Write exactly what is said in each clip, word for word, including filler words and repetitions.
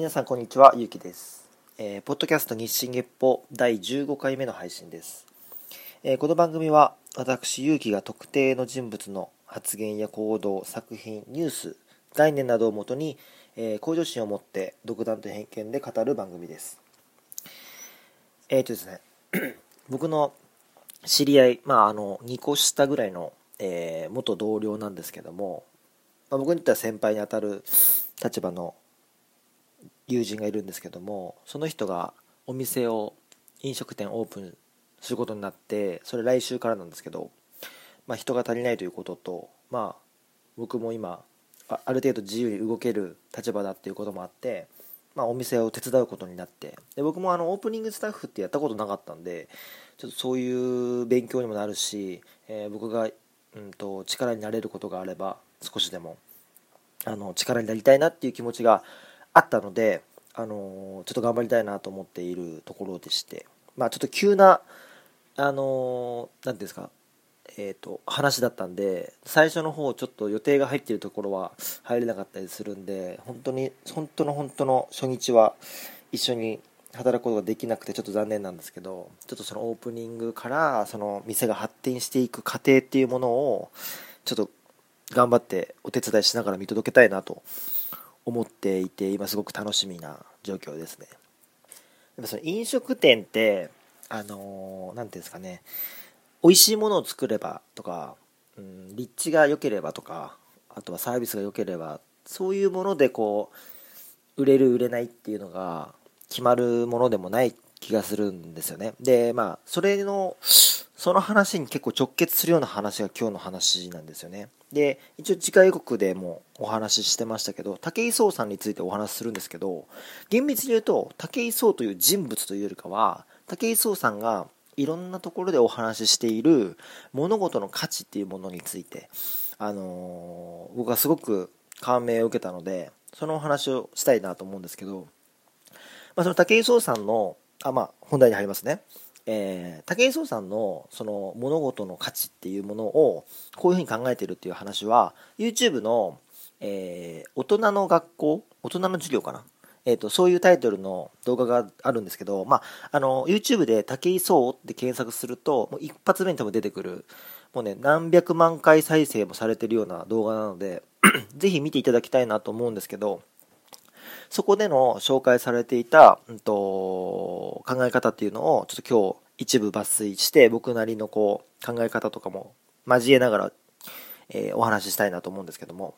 皆さんこんにちは、ゆうきです。えーポッドキャスト日進月歩だいじゅうごかいめの配信です。えーこの番組は私ゆうきが特定の人物の発言や行動、作品、ニュース、概念などをもとに、えー向上心を持って独断と偏見で語る番組です。えーとですね、僕の知り合い、まああのにこ下ぐらいの、えー元同僚なんですけども、まあ、僕にとっては先輩にあたる立場の友人がいるんですけども、その人がお店を飲食店オープンすることになって、それ来週からなんですけど、まあ、人が足りないということと、まあ僕も今 あ, ある程度自由に動ける立場だっていうこともあって、まあ、お店を手伝うことになって、で僕もあのオープニングスタッフってやったことなかったんで、ちょっとそういう勉強にもなるし、えー僕が、うん、と力になれることがあれば少しでもあの力になりたいなっていう気持ちがあったので、あのちょっと頑張りたいなと思っているところでして、まあちょっと急な、あのなんていうんですか、えーと話だったんで、最初の方ちょっと予定が入っているところは入れなかったりするんで、本当に本当の本当の初日は一緒に働くことができなくてちょっと残念なんですけど、ちょっとそのオープニングからその店が発展していく過程っていうものをちょっと頑張ってお手伝いしながら見届けたいなと思っていて、今すごく楽しみな状況ですね。やっぱその飲食店ってあの何、ー、ていうんですかね、美味しいものを作ればとか、うん、立地が良ければとか、あとはサービスが良ければ、そういうものでこう売れる売れないっていうのが決まるものでもない気がするんですよね。でまあそれのその話に結構直結するような話が今日の話なんですよね。で一応次回予告でもお話ししてましたけど、武井壮さんについてお話しするんですけど、厳密に言うと武井壮という人物というよりかは、武井壮さんがいろんなところでお話ししている物事の価値っていうものについて、あのー僕はすごく感銘を受けたので、そのお話をしたいなと思うんですけど、まあ、その武井壮さんのあ、まあ、本題に入りますね。えー、武井壮さんのその物事の価値っていうものをこういうふうに考えているっていう話は YouTube の、えー、大人の学校大人の授業かな、えーと、そういうタイトルの動画があるんですけど、まあ、あの YouTube で武井壮って検索するともう一発目に多分出てくる、もうね何百万回再生もされてるような動画なのでぜひ見ていただきたいなと思うんですけど、そこでの紹介されていた、うん、と考え方っていうのをちょっと今日一部抜粋して、僕なりのこう考え方とかも交えながら、えーお話ししたいなと思うんですけども、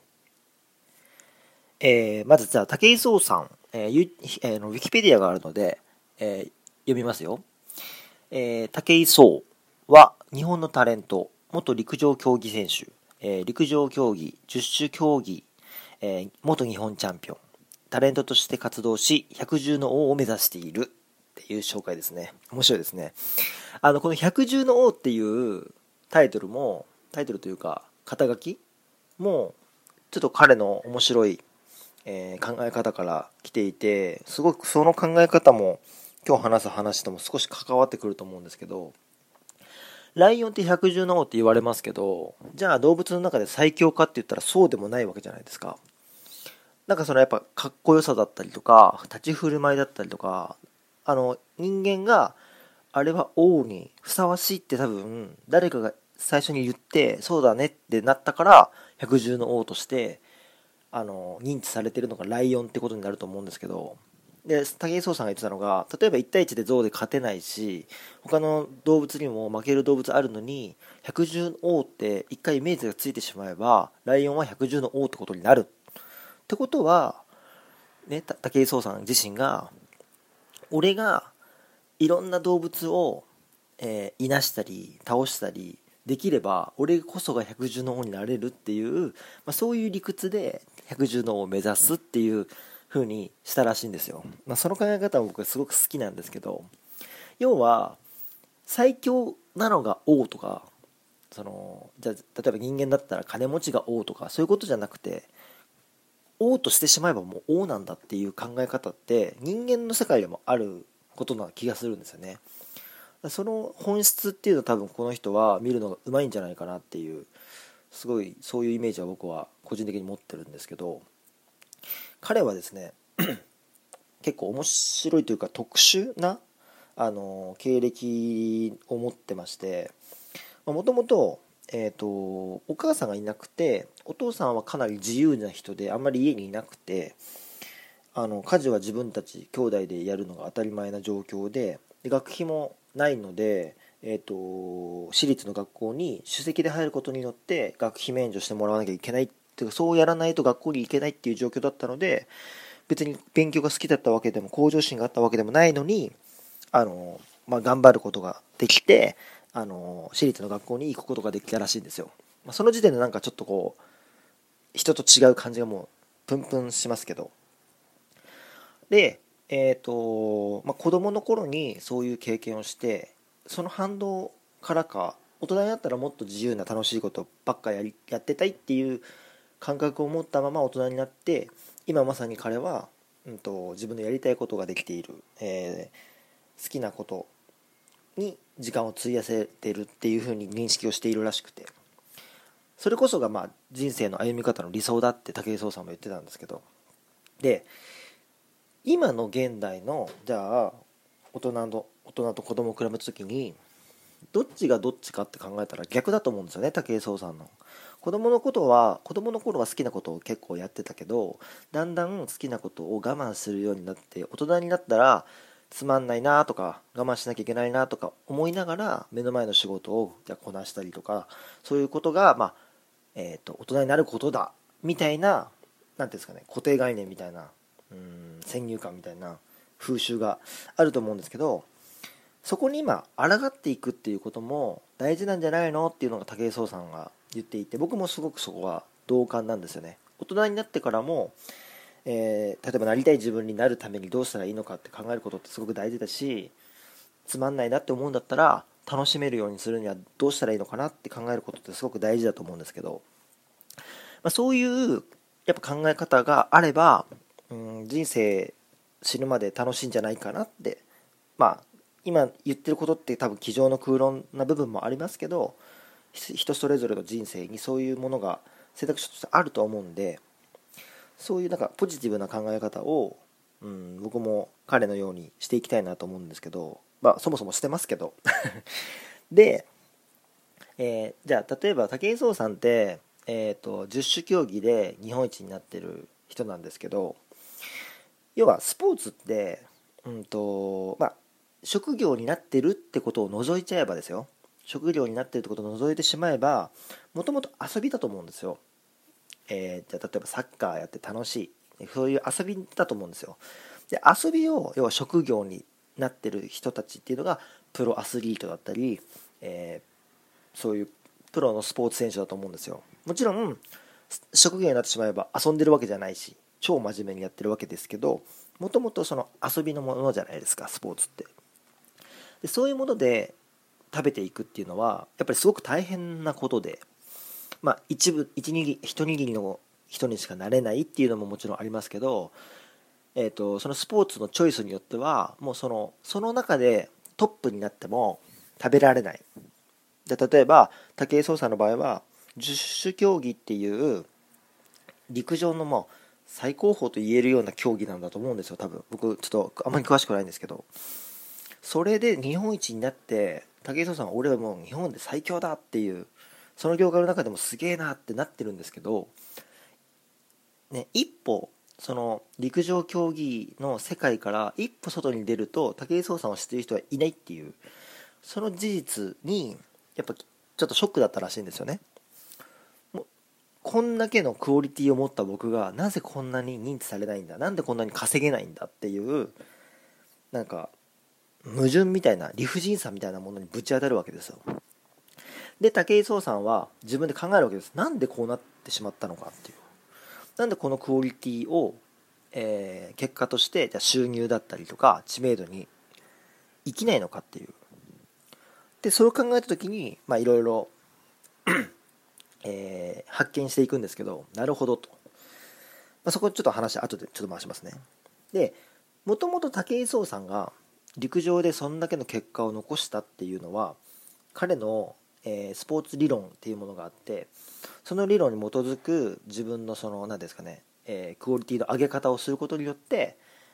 えーまずじゃあ武井壮さん、えーゆえーのウィキペディアがあるので、えー読みますよ。えー武井壮は日本のタレント、元陸上競技選手、えー陸上競技十種競技、えー元日本チャンピオン、タレントとして活動し百獣の王を目指しているっていう紹介ですね。面白いですね。あのこの百獣の王っていうタイトルもタイトルというか肩書きもちょっと彼の面白い、えー考え方から来ていて、すごくその考え方も今日話す話とも少し関わってくると思うんですけど、ライオンって百獣の王って言われますけど、じゃあ動物の中で最強かって言ったらそうでもないわけじゃないですか。なんかそのやっぱかっこよさだったりとか立ち振る舞いだったりとか、あの人間があれは王にふさわしいって多分誰かが最初に言ってそうだねってなったから百獣の王としてあの認知されてるのがライオンってことになると思うんですけど、で武井壮さんが言ってたのが、例えばいち対いちで象で勝てないし他の動物にも負ける動物あるのに百獣の王って一回イメージがついてしまえばライオンは百獣の王ってことになるってことは、ね、武井壮さん自身が俺がいろんな動物を、えーいなしたり倒したりできれば俺こそが百獣の王になれるっていう、まあ、そういう理屈で百獣の王を目指すっていう風にしたらしいんですよ。まあ、その考え方は僕はすごく好きなんですけど、要は最強なのが王とか、そのじゃあ例えば人間だったら金持ちが王とかそういうことじゃなくて、王としてしまえばもう王なんだっていう考え方って人間の世界でもあることな気がするんですよね。その本質っていうのを多分この人は見るのがうまいんじゃないかなっていう、すごいそういうイメージは僕は個人的に持ってるんですけど、彼はですね結構面白いというか特殊なあの経歴を持ってまして、もともとえーとお母さんがいなくて、お父さんはかなり自由な人であんまり家にいなくて、あの家事は自分たち兄弟でやるのが当たり前な状況で、で学費もないので、えーと私立の学校に首席で入ることによって学費免除してもらわなきゃいけないっていうか、そうやらないと学校に行けないっていう状況だったので、別に勉強が好きだったわけでも向上心があったわけでもないのに、あの、まあ、頑張ることができて、あの私立の学校に行くことができたらしいんですよ。まあ、その時点でなんかちょっとこう人と違う感じがもうプンプンしますけど、でえっ、と、まあ、子供の頃にそういう経験をして、その反動からか大人になったらもっと自由な楽しいことばっかやりやってたいっていう感覚を持ったまま大人になって、今まさに彼は、うんと、自分のやりたいことができている、えー好きなことに時間を費やせてるっていう風に認識をしているらしくて、それこそがまあ人生の歩み方の理想だって武井壮さんも言ってたんですけど、で今の現代のじゃあ大人の大人と子供を比べた時にどっちがどっちかって考えたら逆だと思うんですよね。武井壮さんの子供のことは子供の頃は好きなことを結構やってたけど、だんだん好きなことを我慢するようになって、大人になったらつまんないなとか我慢しなきゃいけないなとか思いながら目の前の仕事をじゃこなしたりとか、そういうことがまあえーと大人になることだみたいな、なんていうんですかね、固定概念みたいな、うーん先入観みたいな風習があると思うんですけど、そこに今抗っていくっていうことも大事なんじゃないのっていうのが武井壮さんが言っていて、僕もすごくそこは同感なんですよね。大人になってからも、えー例えばなりたい自分になるためにどうしたらいいのかって考えることってすごく大事だし、つまんないなって思うんだったら楽しめるようにするにはどうしたらいいのかなって考えることってすごく大事だと思うんですけど、まあ、そういうやっぱ考え方があれば、うん、人生死ぬまで楽しいんじゃないかなって、まあ今言ってることって多分机上の空論な部分もありますけど、人それぞれの人生にそういうものが選択肢としてあると思うんで、そういうなんかポジティブな考え方を、うん、僕も彼のようにしていきたいなと思うんですけど、まあそもそもしてますけどで、えーじゃあ例えば武井壮さんって、えーと、十種競技で日本一になってる人なんですけど、要はスポーツって、うんとまあ、職業になってるってことを除いちゃえばですよ、職業になってるってことを除いてしまえば、もともと遊びだと思うんですよ。えーじゃあ例えばサッカーやって楽しい、そういう遊びだと思うんですよ。で遊びを要は職業になってる人たちっていうのがプロアスリートだったり、えーそういうプロのスポーツ選手だと思うんですよ。もちろん職業になってしまえば遊んでるわけじゃないし超真面目にやってるわけですけど、もともとその遊びのものじゃないですか、スポーツって。でそういうもので食べていくっていうのはやっぱりすごく大変なことで、まあ一部一握り一握りの人にしかなれないっていうのももちろんありますけど、えーとそのスポーツのチョイスによってはもうそのその中でトップになっても食べられない。で例えば武井壮さんの場合は十種競技っていう陸上のもう最高峰と言えるような競技なんだと思うんですよ、多分。僕ちょっとあんまり詳しくないんですけど、それで日本一になって武井壮さんは俺はもう日本で最強だっていう、その業界の中でもすげえなってなってるんですけど、ね、一歩その陸上競技の世界から一歩外に出ると武井壮さんを知っている人はいないっていう、その事実にやっぱちょっとショックだったらしいんですよね。もうこんだけのクオリティを持った僕がなぜこんなに認知されないんだ、なんでこんなに稼げないんだっていう、なんか矛盾みたいな理不尽さみたいなものにぶち当たるわけですよ。で武井壮さんは自分で考えるわけです。なんでこうなってしまったのかっていう、なんでこのクオリティを、えー結果としてじゃ収入だったりとか知名度に生きないのかっていう。でそれを考えた時にまあいろいろえー発見していくんですけど、なるほどと、まあ、そこちょっと話後でちょっと回しますね。でもともと武井壮さんが陸上でそんだけの結果を残したっていうのは彼の、えースポーツ理論っていうものがあって、その理論に基づく自分のその何ですかね、えークオリティの上げ方をすることによって、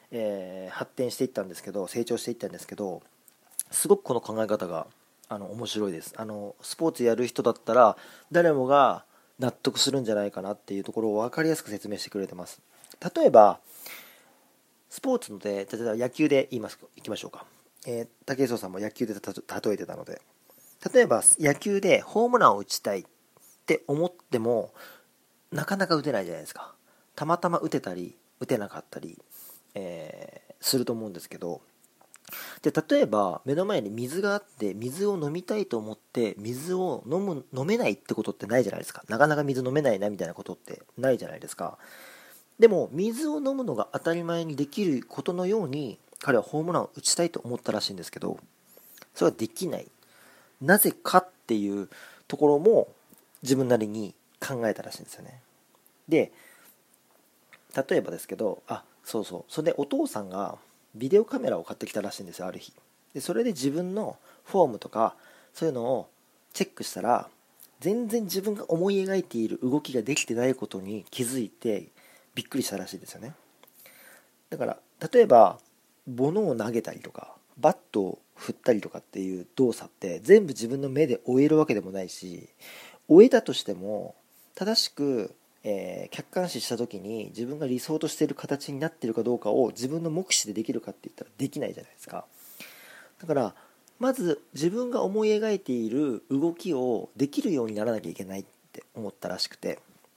えー発展していったんですけど、成長していったんですけど、すごくこの考え方があの面白いです。あのスポーツやる人だったら誰もが納得するんじゃないかなっていうところを分かりやすく説明してくれてます。例えばスポーツので、例えば野球で言いますいきましょうか。えー、武井壮さんも野球でたと例えてたので、例えば野球でホームランを打ちたいって思ってもなかなか打てないじゃないですか。たまたま打てたり打てなかったり、えーすると思うんですけど、で例えば目の前に水があって水を飲みたいと思って水を飲む飲めないってことってないじゃないですか。なかなか水飲めないなみたいなことってないじゃないですか。でも水を飲むのが当たり前にできることのように彼はホームランを打ちたいと思ったらしいんですけど、それはできない。なぜかっていうところも自分なりに考えたらしいんですよね。で例えばですけど、あ、そうそう、それでお父さんがビデオカメラを買ってきたらしいんですよ、ある日。でそれで自分のフォームとかそういうのをチェックしたら、全然自分が思い描いている動きができてないことに気づいてびっくりしたらしいですよね。だから例えば物を投げたりとかバットを振ったりとかっていう動作って全部自分の目で終えるわけでもないし、終えたとしても正しく、えー客観視した時に自分が理想としている形になっているかどうかを自分の目視でできるかって言ったらできないじゃないですか。だからまず自分が思い描いている動きをできるようにならなきゃいけないって思ったらしくて、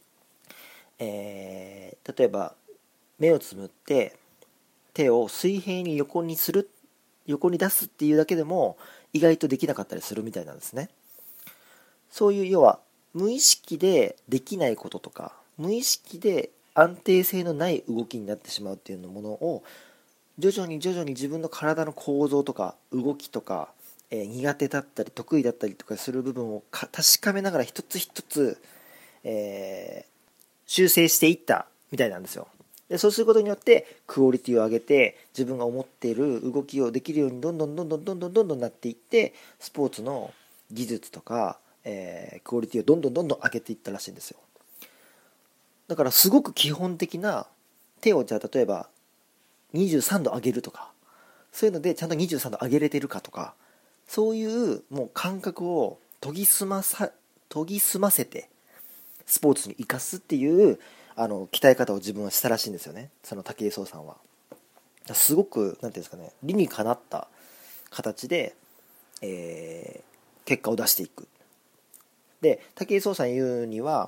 えー例えば目をつむって手を水平に横にする横に出すっていうだけでも意外とできなかったりするみたいなんですね。そういう要は無意識でできないこととか無意識で安定性のない動きになってしまうっていうものを徐々に徐々に自分の体の構造とか動きとか、えー苦手だったり得意だったりとかする部分をか確かめながら一つ一つ、えー修正していったみたいなんですよ。でそうすることによってクオリティを上げて自分が思っている動きをできるようにどんどんどんどんどんどんどんどんなっていって、スポーツの技術とか、えークオリティをどんどんどんどん上げていったらしいんですよ。だからすごく基本的な、手をじゃあ例えばにじゅうさんど上げるとか、そういうのでちゃんとにじゅうさんど上げれてるかとか、そういうもう感覚を研ぎ澄まさ研ぎ澄ませてスポーツに生かすっていうあの鍛え方を自分はしたらしいんですよね、その武井壮さんは。すごくなんていうんですかね、理にかなった形で、えー結果を出していく。で武井壮さん言うには、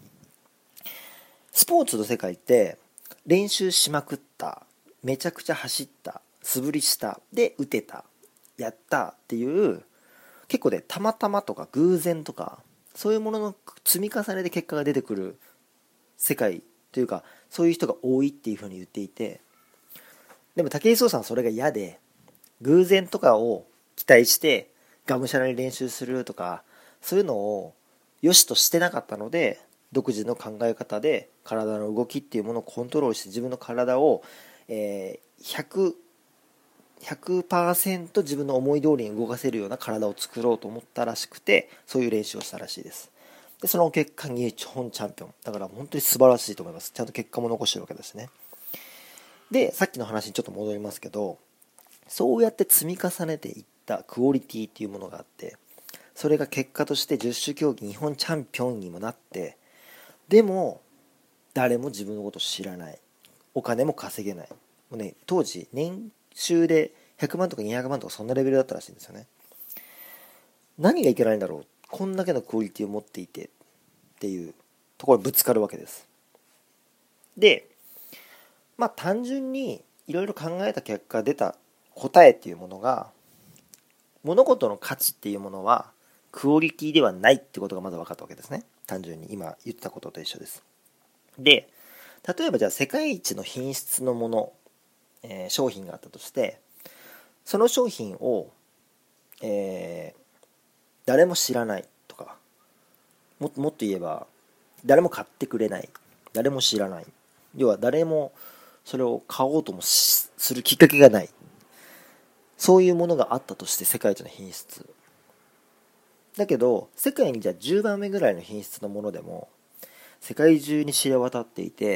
スポーツの世界って練習しまくった、めちゃくちゃ走った、素振りしたで打てた、やったっていう結構ね、たまたまとか偶然とかそういうものの積み重ねで結果が出てくる世界というか、そういう人が多いっていうふうに言っていて、でも武井壮さんはそれが嫌で、偶然とかを期待してがむしゃらに練習するとか、そういうのを良しとしてなかったので、独自の考え方で体の動きっていうものをコントロールして自分の体を、えー、ひゃく ひゃくパーセント 自分の思い通りに動かせるような体を作ろうと思ったらしくて、そういう練習をしたらしいです。でその結果に日本チャンピオンだから本当に素晴らしいと思います。ちゃんと結果も残してるわけですね。でさっきの話にちょっと戻りますけど、そうやって積み重ねていったクオリティっていうものがあって、それが結果として十種競技日本チャンピオンにもなって、でも誰も自分のことを知らない、お金も稼げない、もうね、当時年収でひゃくまんとかにひゃくまんとかそんなレベルだったらしいんですよね。何がいけないんだろう、こんだけのクオリティを持っていてっていうところにぶつかるわけです。でまあ単純にいろいろ考えた結果出た答えっていうものが、物事の価値っていうものはクオリティではないってことがまず分かったわけですね。単純に今言ったことと一緒です。で例えばじゃあ世界一の品質のもの、えー商品があったとして、その商品を、えー誰も知らないとか、ももっと言えば誰も買ってくれない、誰も知らない、要は誰もそれを買おうともするきっかけがない、そういうものがあったとして、世界一の品質だけど、世界にじゃあじゅうばんめぐらいの品質のものでも世界中に知れ渡っていて、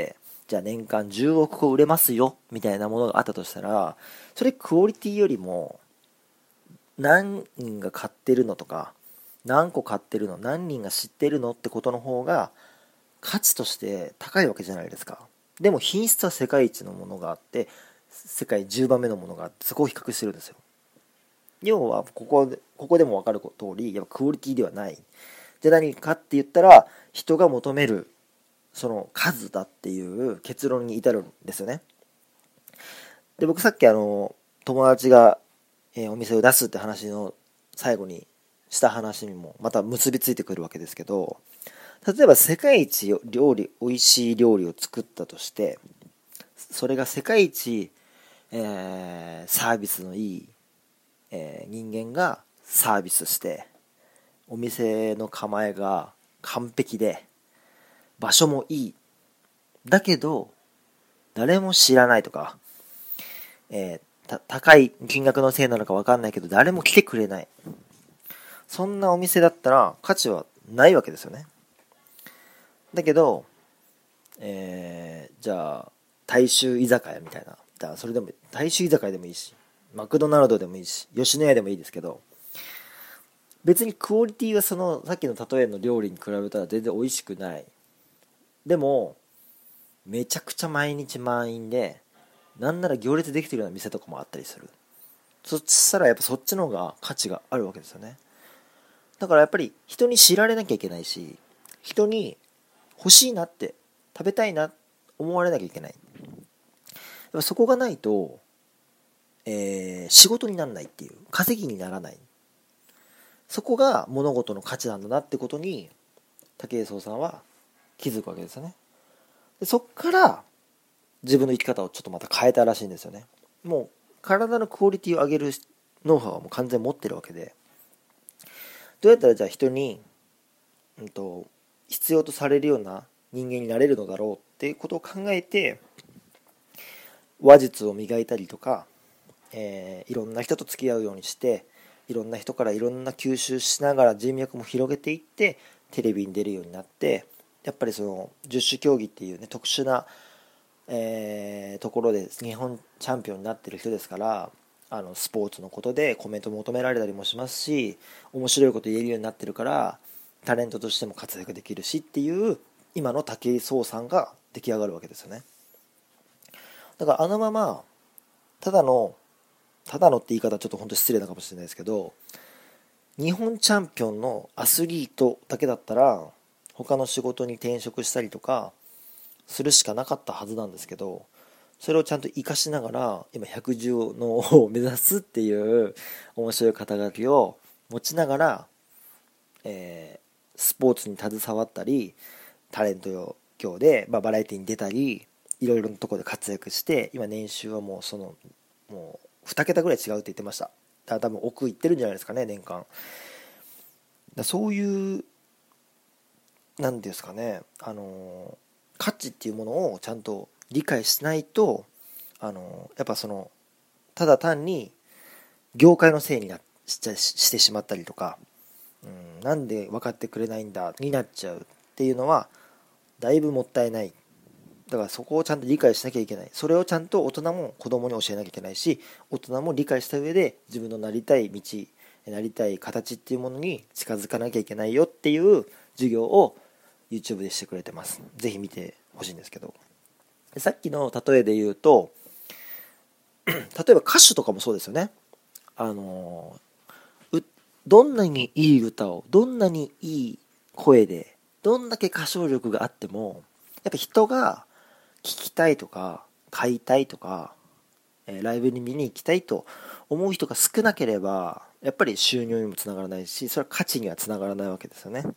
じゃあ年間じゅうおくこ売れますよみたいなものがあったとしたら、それクオリティよりも何人が買ってるのとか、何個買ってるの、何人が知ってるのってことの方が価値として高いわけじゃないですか。でも品質は世界一のものがあって、世界じゅうばんめのものがあって、そこを比較してるんですよ。要はここでここでも分かる通り、やっぱクオリティではない。じゃあ何かって言ったら、人が求めるその数だっていう結論に至るんですよね。で、僕さっきあの友達が、えーお店を出すって話の最後にした話にもまた結びついてくるわけですけど、例えば世界一料理美味しい料理を作ったとして、それが世界一、えーサービスのいい、えー人間がサービスして、お店の構えが完璧で場所もいい、だけど誰も知らないとか、えー、た高い金額のせいなのか分かんないけど誰も来てくれない、そんなお店だったら価値はないわけですよね。だけど、えー、じゃあ大衆居酒屋みたいな、じゃあそれでも大衆居酒屋でもいいし、マクドナルドでもいいし、吉野家でもいいですけど、別にクオリティはそのさっきの例えの料理に比べたら全然美味しくない。でもめちゃくちゃ毎日満員で、なんなら行列できてるような店とかもあったりする。そしたらやっぱそっちの方が価値があるわけですよね。だからやっぱり人に知られなきゃいけないし、人に欲しいなって食べたいな思われなきゃいけない。そこがないと、えー、仕事にならないっていう、稼ぎにならない。そこが物事の価値なんだなってことに武井壮さんは気づくわけですよね。でそっから自分の生き方をちょっとまた変えたらしいんですよね。もう体のクオリティを上げるノウハウはもう完全に持ってるわけで、どうやったらじゃあ人に、うんと、必要とされるような人間になれるのだろうっていうことを考えて話術を磨いたりとか、えー、いろんな人と付き合うようにして、いろんな人からいろんな吸収しながら人脈も広げていってテレビに出るようになって、やっぱりその十種競技っていうね特殊な、えー、ところで日本チャンピオンになってる人ですから、あのスポーツのことでコメント求められたりもしますし、面白いこと言えるようになってるからタレントとしても活躍できるしっていう今の武井壮さんが出来上がるわけですよね。だからあのままただのただのって言い方はちょっと本当失礼なかもしれないですけど、日本チャンピオンのアスリートだけだったら他の仕事に転職したりとかするしかなかったはずなんですけど、それをちゃんと活かしながら今百獣の王を目指すっていう面白い肩書きを持ちながら、えー、スポーツに携わったりタレント業で、まあ、バラエティに出たりいろいろなところで活躍して、今年収はもうそのもうに桁ぐらい違うって言ってました。だから多分億いってるんじゃないですかね、年間。だそういうなんていうんですかね、あの価値っていうものをちゃんと理解しないと、あのやっぱそのただ単に業界のせいになしちゃしてしまったりとか、うん、なんで分かってくれないんだになっちゃうっていうのはだいぶもったいない。だからそこをちゃんと理解しなきゃいけない。それをちゃんと大人も子供に教えなきゃいけないし、大人も理解した上で自分のなりたい道、なりたい形っていうものに近づかなきゃいけないよっていう授業を YouTube でしてくれてます。ぜひ見てほしいんですけど、さっきの例えで言うと、例えば歌手とかもそうですよね。あのどんなにいい歌を、どんなにいい声で、どんだけ歌唱力があっても、やっぱ人が聞きたいとか買いたいとか、えーライブに見に行きたいと思う人が少なければ、やっぱり収入にもつながらないし、それは価値にはつながらないわけですよね。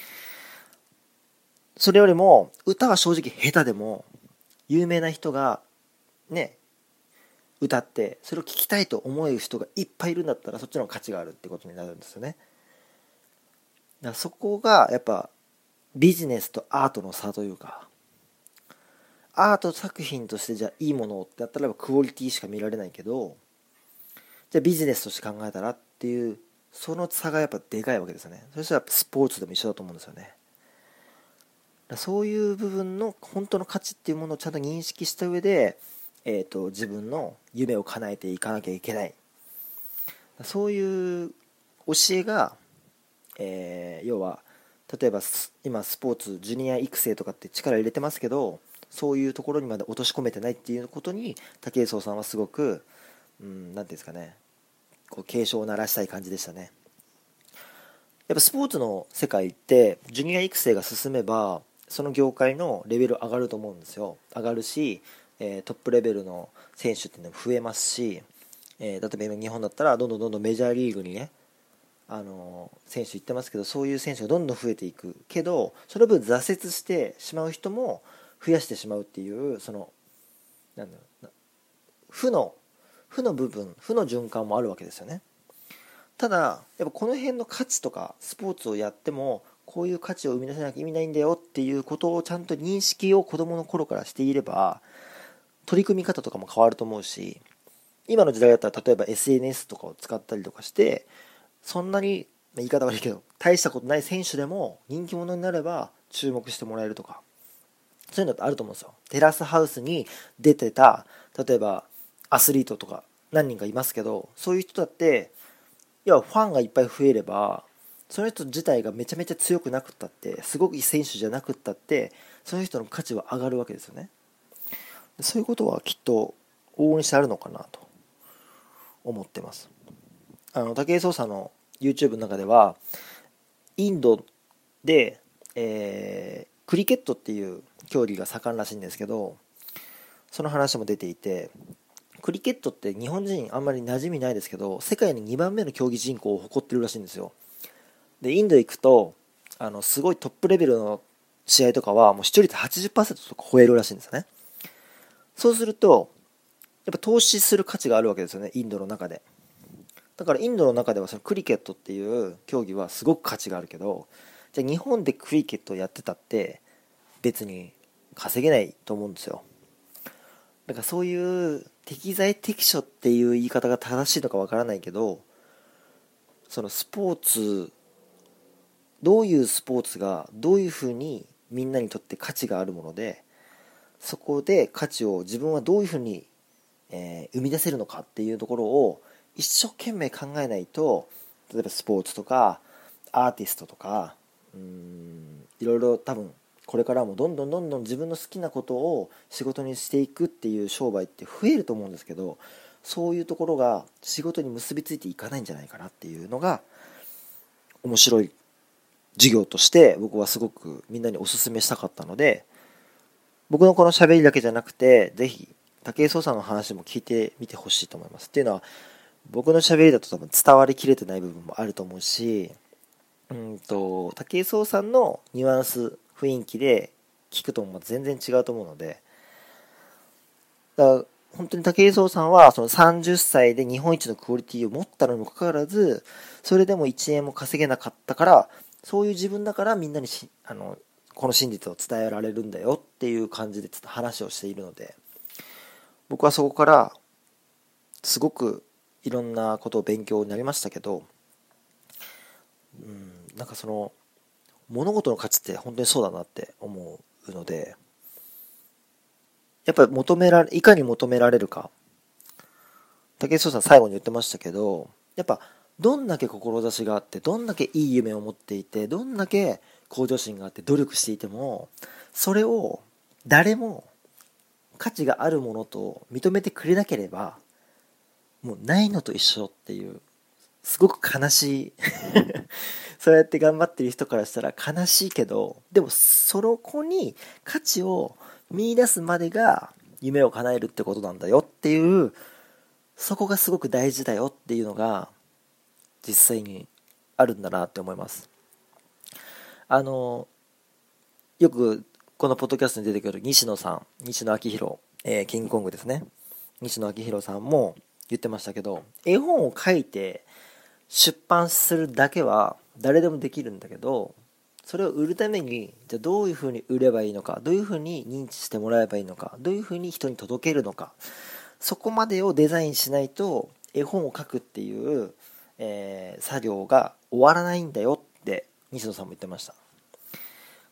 それよりも歌は正直下手でも有名な人がね歌ってそれを聞きたいと思える人がいっぱいいるんだったら、そっちの方が価値があるってことになるんですよね。だからそこがやっぱビジネスとアートの差というか、アート作品としてじゃあいいものってやったらクオリティしか見られないけど、じゃあビジネスとして考えたらっていう、その差がやっぱでかいわけですよね。そしたらスポーツでも一緒だと思うんですよね。 そういう部分の本当の価値っていうものをちゃんと認識した上で、えーと、自分の夢を叶えていかなきゃいけない、そういう教えが、えー、要は例えば今スポーツジュニア育成とかって力入れてますけど、そういうところにまで落とし込めてないっていうことに武井壮さんはすごく、うん、なんていうんですかね、こう警鐘を鳴らしたい感じでしたね。やっぱスポーツの世界ってジュニア育成が進めばその業界のレベル上がると思うんですよ。上がるし、えー、トップレベルの選手っていうのも増えますし、えー、例えば今日本だったらどんどんどんどんメジャーリーグにね、あのー、選手行ってますけど、そういう選手がどんどん増えていくけど、その分挫折してしまう人も増やしてしまうっていう、そのなんだろうな、負の負の部分、負の循環もあるわけですよね。ただやっぱこの辺の価値とかスポーツをやってもこういう価値を生み出さなきゃ意味ないんだよっていうことをちゃんと認識を子どもの頃からしていれば、取り組み方とかも変わると思うし、今の時代だったら例えば エスエヌエス とかを使ったりとかして、そんなに言い方悪いけど大したことない選手でも人気者になれば注目してもらえるとか、そういうのってあると思うんですよ。テラスハウスに出てた例えばアスリートとか何人かいますけど、そういう人だって要はファンがいっぱい増えれば、その人自体がめちゃめちゃ強くなくったって、すごくいい選手じゃなくったって、その人の価値は上がるわけですよね。そういうことはきっと往々にしてあるのかなと思ってます。あの武井壮さんの YouTube の中ではインドで、えー、クリケットっていう競技が盛んらしいんですけど、その話も出ていて、クリケットって日本人あんまり馴染みないですけど、世界ににばんめの競技人口を誇ってるらしいんですよ。でインド行くとあのすごいトップレベルの試合とかはもう視聴率 はちじゅっパーセント とか超えるらしいんですよね。そうするとやっぱ投資する価値があるわけですよね、インドの中で。だからインドの中ではそのクリケットっていう競技はすごく価値があるけど、じゃあ日本でクリケットをやってたって別に稼げないと思うんですよ。だからそういう適材適所っていう言い方が正しいのかわからないけど、そのスポーツ、どういうスポーツがどういうふうにみんなにとって価値があるもので、そこで価値を自分はどういうふうに、えー生み出せるのかっていうところを一生懸命考えないと、例えばスポーツとかアーティストとか、うーんいろいろ多分これからもどんどんどんどん自分の好きなことを仕事にしていくっていう商売って増えると思うんですけど、そういうところが仕事に結びついていかないんじゃないかなっていうのが面白い授業として僕はすごくみんなにお勧めしたかったので、僕のこの喋りだけじゃなくてぜひ武井壮さんの話も聞いてみてほしいと思います。っていうのは僕の喋りだと多分伝わりきれてない部分もあると思うし、うんと武井壮さんのニュアンス雰囲気で聞くとも全然違うと思うので、だから本当に武井壮さんはそのさんじゅっさいで日本一のクオリティを持ったのにもかかわらず、それでもいちえんも稼げなかったから、そういう自分だからみんなにしあのこの真実を伝えられるんだよっていう感じでちょっと話をしているので、僕はそこからすごくいろんなことを勉強になりましたけど、うん、なんかその物事の価値って本当にそうだなって思うので、やっぱり求められいかに求められるか、武井壮さん最後に言ってましたけど、やっぱどんだけ志があってどんだけいい夢を持っていてどんだけ向上心があって努力していても、それを誰も価値があるものと認めてくれなければもうないのと一緒っていう、すごく悲しいそうやって頑張ってる人からしたら悲しいけど、でもその子に価値を見出すまでが夢を叶えるってことなんだよっていう、そこがすごく大事だよっていうのが実際にあるんだなって思います。あのよくこのポッドキャストに出てくる西野さん、西野昭弘、えー、キングコングですね、西野昭弘さんも言ってましたけど、絵本を書いて出版するだけは誰でもできるんだけど、それを売るためにじゃあどういうふうに売ればいいのか、どういうふうに認知してもらえばいいのか、どういうふうに人に届けるのか、そこまでをデザインしないと絵本を書くっていう、えー作業が終わらないんだよって西野さんも言ってました。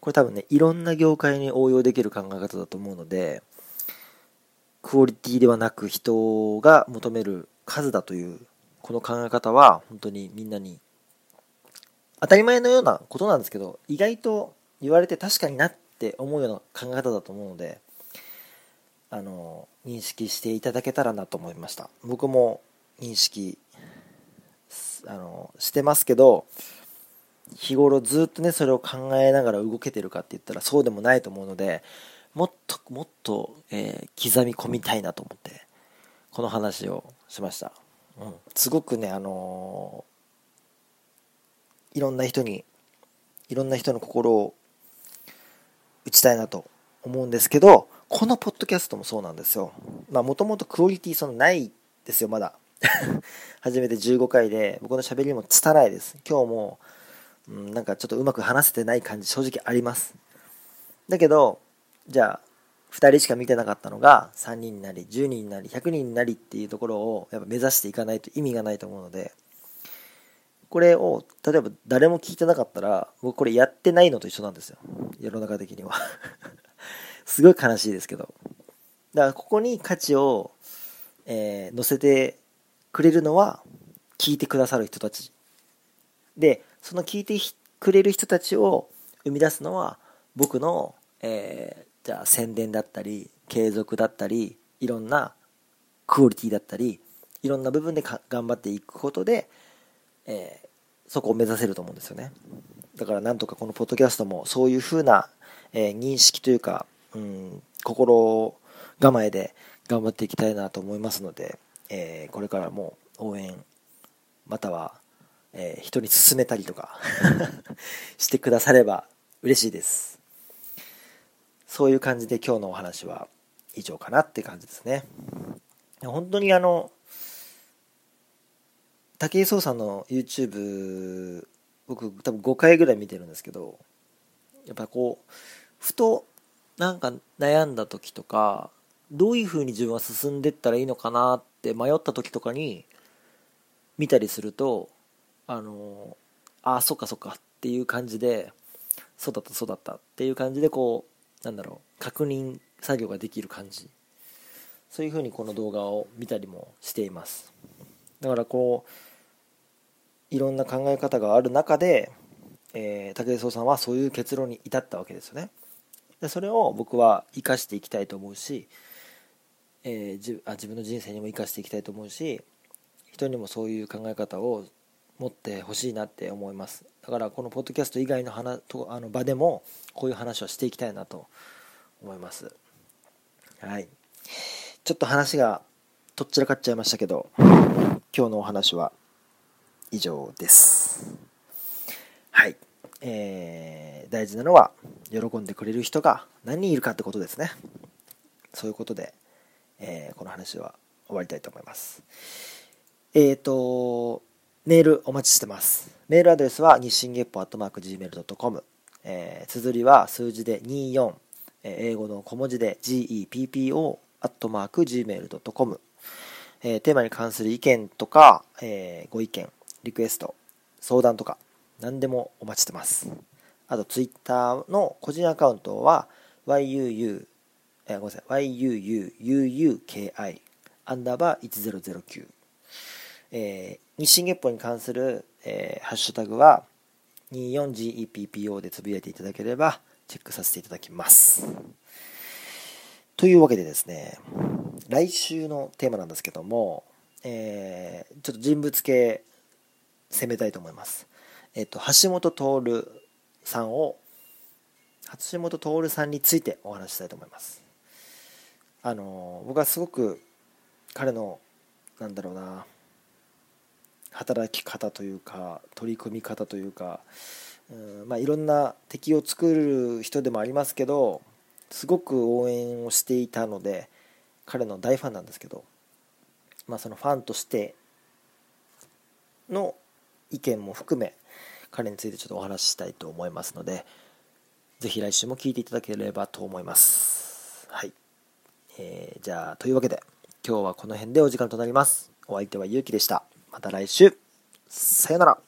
これ多分ね、いろんな業界に応用できる考え方だと思うので、クオリティではなく人が求める数だというこの考え方は本当にみんなに当たり前のようなことなんですけど、意外と言われて確かになって思うような考え方だと思うので、あの認識していただけたらなと思いました。僕も認識あのしてますけど、日頃ずっとねそれを考えながら動けてるかって言ったらそうでもないと思うので、もっともっと、えー、刻み込みたいなと思ってこの話をしました。うん、すごくね、あのー、いろんな人にいろんな人の心を打ちたいなと思うんですけど、このポッドキャストもそうなんですよ。まあもともとクオリティそのないですよ、まだ初めてじゅうごかいで僕の喋りも拙いです。今日も、うん、なんかちょっとうまく話せてない感じ正直あります。だけどじゃあふたりしか見てなかったのがさんにんになりじゅうにんになりひゃくにんになりっていうところをやっぱ目指していかないと意味がないと思うので、これを例えば誰も聞いてなかったら僕これやってないのと一緒なんですよ、世の中的にはすごい悲しいですけど、だからここに価値を、えー、乗せてくれるのは聞いてくださる人たちで、その聞いてくれる人たちを生み出すのは僕の、えー、じゃあ宣伝だったり継続だったりいろんなクオリティだったりいろんな部分でか頑張っていくことで、えー、そこを目指せると思うんですよね。だからなんとかこのポッドキャストもそういう風な、えー、認識というか、うん、心構えで頑張っていきたいなと思いますので、えー、これからも応援または、えー、人に勧めたりとかしてくだされば嬉しいです。そういう感じで今日のお話は以上かなって感じですね。本当にあの武井壮さんの YouTube 僕多分ごかいぐらい見てるんですけど、やっぱこうふとなんか悩んだ時とかどういう風に自分は進んでったらいいのかなって迷った時とかに見たりすると、あのああそっかそっかっていう感じで、そうだったそうだったっていう感じでこうなんだろう確認作業ができる感じ、そういう風にこの動画を見たりもしています。だからこういろんな考え方がある中で、えー、武井壮さんはそういう結論に至ったわけですよね。でそれを僕は生かしていきたいと思うし、えー、じあ自分の人生にも生かしていきたいと思うし、人にもそういう考え方を持ってほしいなって思います。だからこのポッドキャスト以外の話とあの場でもこういう話をしていきたいなと思います。はい、ちょっと話がとっちらかっちゃいましたけど、今日のお話は以上です。はい、えー、大事なのは喜んでくれる人が何人いるかってことですね。そういうことで、えー、この話は終わりたいと思います。えーとメールお待ちしてます。メールアドレスは日進月歩アットマーク ジーメールドットコム、えー、綴りは数字でにじゅうよん、えー、英語の小文字で ジーイーピーピーオー アットマーク ジーメールドットコム、えー、テーマに関する意見とか、えー、ご意見リクエスト相談とか何でもお待ちしてます。あとツイッターの個人アカウントは ユーユーユー、えー、ごめんなさい ワイユーユーユーユーケーアイ アンダーバーいちぜろぜろきゅう、えー、日進月歩に関する、えー、ハッシュタグは にじゅうよんジーイーピーピーオー でつぶやいていただければチェックさせていただきます。というわけでですね、来週のテーマなんですけども、えー、ちょっと人物系攻めたいと思います。えっと橋本徹さんを橋本徹さんについてお話ししたいと思います。あの僕はすごく彼のなんだろうな働き方というか取り組み方というか、うんまあいろんな敵を作る人でもありますけど、すごく応援をしていたので彼の大ファンなんですけど、まあそのファンとしての意見も含め彼についてちょっとお話ししたいと思いますので、ぜひ来週も聞いていただければと思います。はい、えー、じゃあというわけで今日はこの辺でお時間となります。お相手はゆうきでした。また来週、さよなら。